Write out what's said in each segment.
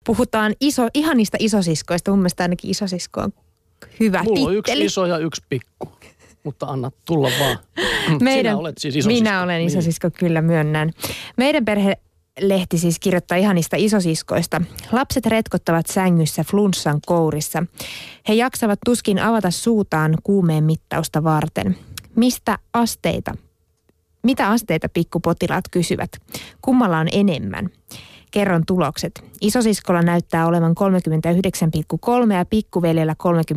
Puhutaan ihanista isosiskoista. Mun mielestä ainakin isosisko on hyvä titteli. Mulla on yksi iso ja yksi pikku, mutta anna tulla vaan. Sinä olet siis isosisko. Minä olen isosisko, niin. Kyllä myönnän. Meidän perhelehti siis kirjoittaa ihanista isosiskoista. Lapset retkottavat sängyssä flunssan kourissa. He jaksavat tuskin avata suutaan kuumeen mittausta varten. Mitä asteita pikkupotilaat kysyvät? Kummalla on enemmän? Kerron tulokset. Isosiskolla näyttää olevan 39,3 ja pikkuveljellä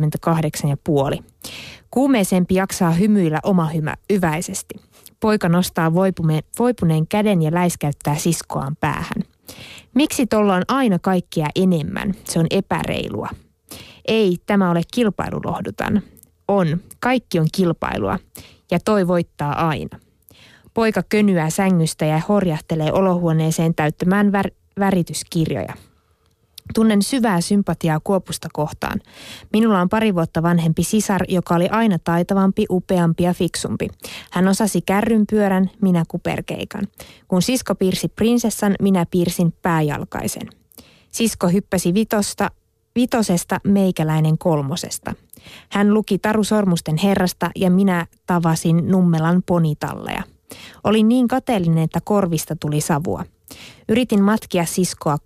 38,5. Kuumeisempi jaksaa hymyillä omahyväisesti. Poika nostaa voipuneen käden ja läiskäyttää siskoaan päähän. Miksi tuolla on aina kaikkia enemmän? Se on epäreilua. Ei, tämä ole kilpailulohdutan. On, kaikki on kilpailua ja toi voittaa aina. Poika könyää sängystä ja horjahtelee olohuoneeseen täyttämään värityskirjoja. Tunnen syvää sympatiaa Kuopusta kohtaan. Minulla on 2 vuotta vanhempi sisar, joka oli aina taitavampi, upeampi ja fiksumpi. Hän osasi kärrynpyörän, minä kuperkeikan. Kun sisko piirsi prinsessan, minä piirsin pääjalkaisen. Sisko hyppäsi vitosesta, meikäläinen 3. Hän luki Taru Sormusten herrasta ja minä tavasin Nummelan ponitalleja. Olin niin kateellinen, että korvista tuli savua. Yritin matkia siskoa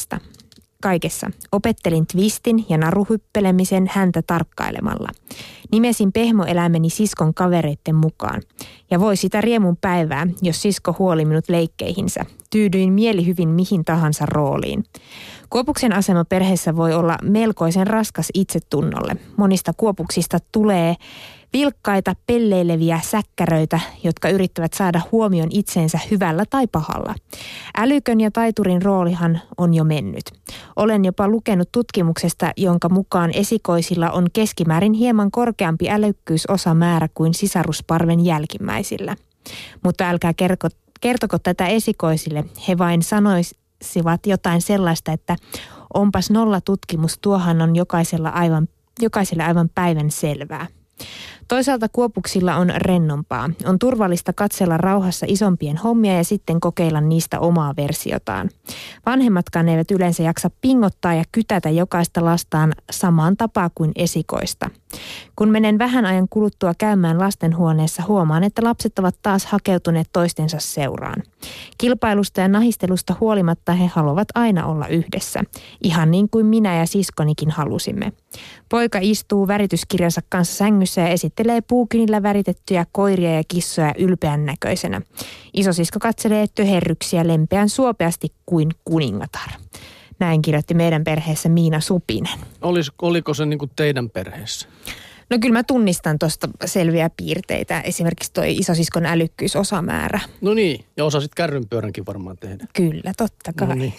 kaikessa. Opettelin twistin ja naruhyppelemisen häntä tarkkailemalla. Nimesin pehmoeläimeni siskon kavereitten mukaan. Ja voi sitä riemun päivää, jos sisko huoli minut leikkeihinsä. Tyydyin mielihyvin mihin tahansa rooliin. Kuopuksen asema perheessä voi olla melkoisen raskas itsetunnolle. Monista kuopuksista tulee vilkkaita, pelleileviä säkkäröitä, jotka yrittävät saada huomion itseensä hyvällä tai pahalla. Älykön ja taiturin roolihan on jo mennyt. Olen jopa lukenut tutkimuksesta, jonka mukaan esikoisilla on keskimäärin hieman korkeampi älykkyysosamäärä kuin sisarusparven jälkimmäisillä. Mutta älkää kertoko tätä esikoisille, he vain sanoisivat jotain sellaista, että onpas nollatutkimus, tuohan on jokaiselle aivan päivän selvää. Toisaalta kuopuksilla on rennompaa. On turvallista katsella rauhassa isompien hommia ja sitten kokeilla niistä omaa versiotaan. Vanhemmatkaan eivät yleensä jaksa pingottaa ja kytätä jokaista lastaan samaan tapaan kuin esikoista. Kun menen vähän ajan kuluttua käymään lastenhuoneessa, huomaan, että lapset ovat taas hakeutuneet toistensa seuraan. Kilpailusta ja nahistelusta huolimatta he haluavat aina olla yhdessä. Ihan niin kuin minä ja siskonikin halusimme. Poika istuu värityskirjansa kanssa sängyssä ja esittelee puukynillä väritettyjä koiria ja kissoja ylpeän näköisenä. Isosisko katselee töherryksiä lempeän suopeasti kuin kuningatar. Näin kirjoitti meidän perheessä Miina Supinen. Oliko se niin kuin teidän perheessä? No kyllä mä tunnistan tuosta selviä piirteitä. Esimerkiksi toi isosiskon älykkyysosamäärä. No niin, ja osasit kärrynpyöränkin varmaan tehdä. Kyllä, totta kai. No niin.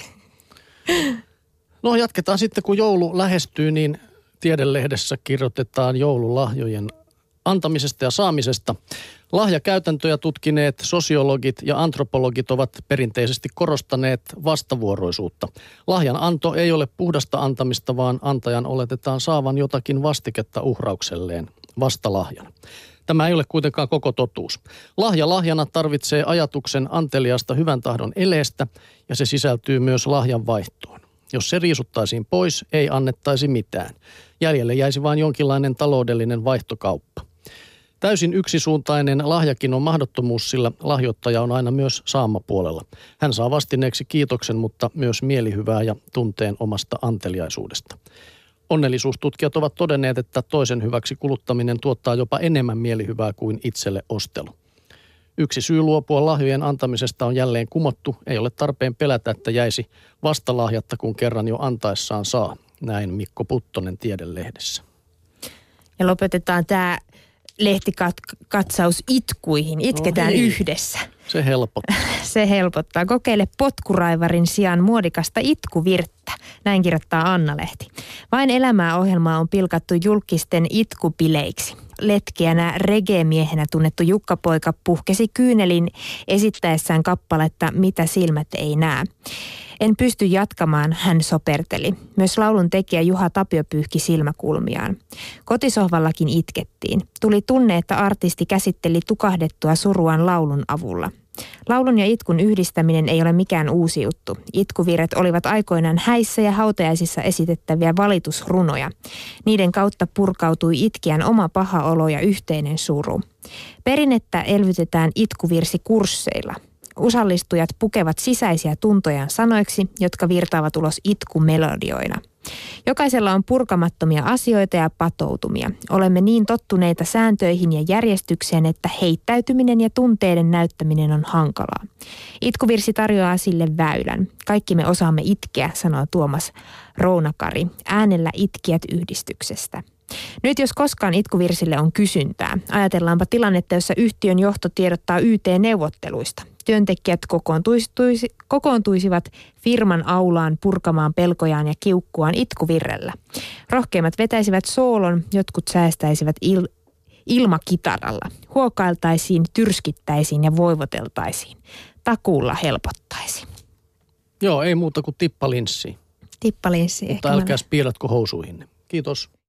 No jatketaan sitten, kun joulu lähestyy, niin Tiedelehdessä kirjoitetaan joululahjojen antamisesta ja saamisesta. Lahjakäytäntöjä tutkineet sosiologit ja antropologit ovat perinteisesti korostaneet vastavuoroisuutta. Lahjan anto ei ole puhdasta antamista, vaan antajan oletetaan saavan jotakin vastiketta uhraukselleen vastalahjana. Tämä ei ole kuitenkaan koko totuus. Lahja lahjana tarvitsee ajatuksen anteliasta hyvän tahdon eleestä ja se sisältyy myös lahjan vaihtoon. Jos se riisuttaisiin pois, ei annettaisi mitään. Jäljelle jäisi vain jonkinlainen taloudellinen vaihtokauppa. Täysin yksisuuntainen lahjakin on mahdottomuus, sillä lahjoittaja on aina myös saamapuolella. Hän saa vastineeksi kiitoksen, mutta myös mielihyvää ja tunteen omasta anteliaisuudesta. Onnellisuustutkijat ovat todenneet, että toisen hyväksi kuluttaminen tuottaa jopa enemmän mielihyvää kuin itselle ostelu. Yksi syy luopua lahjojen antamisesta on jälleen kumottu. Ei ole tarpeen pelätä, että jäisi vastalahjatta, kun kerran jo antaessaan saa. Näin Mikko Puttonen Tiedelehdessä. Ja lopetetaan tämä lehtikatsaus itkuihin. Itketään yhdessä. Se helpottaa. Se helpottaa. Kokeile potkuraivarin sijaan muodikasta itkuvirttä. Näin kirjoittaa Anna-lehti. Vain elämää -ohjelmaa on pilkattu julkisten itkupileiksi. Letkeänä reggae-miehenä tunnettu Jukka-poika puhkesi kyynelin esittäessään kappaletta Mitä silmät ei näe. En pysty jatkamaan, hän soperteli. Myös laulun tekijä Juha Tapio pyyhki silmäkulmiaan. Kotisohvallakin itkettiin. Tuli tunne, että artisti käsitteli tukahdettua suruaan laulun avulla. Laulun ja itkun yhdistäminen ei ole mikään uusi juttu. Itkuvirret olivat aikoinaan häissä ja hautajaisissa esitettäviä valitusrunoja. Niiden kautta purkautui itkijän oma paha olo ja yhteinen suru. Perinnettä elvytetään itkuvirsikursseilla. Osallistujat pukevat sisäisiä tuntojaan sanoiksi, jotka virtaavat ulos itkumelodioina. Jokaisella on purkamattomia asioita ja patoutumia. Olemme niin tottuneita sääntöihin ja järjestykseen, että heittäytyminen ja tunteiden näyttäminen on hankalaa. Itkuvirsi tarjoaa sille väylän. Kaikki me osaamme itkeä, sanoo Tuomas Rounakari äänellä itkijät -yhdistyksestä. Nyt jos koskaan itkuvirsille on kysyntää, ajatellaanpa tilannetta, jossa yhtiön johto tiedottaa YT-neuvotteluista. Työntekijät kokoontuisivat firman aulaan purkamaan pelkojaan ja kiukkuaan itkuvirrellä. Rohkeimmat vetäisivät soolon, jotkut säästäisivät ilmakitaralla. Huokailtaisiin, tyrskittäisiin ja voivoteltaisiin. Takuulla helpottaisi. Joo, ei muuta kuin tippalinssiin. Tippalinssiin. Mutta älkääs piilatko housuihinne. Kiitos.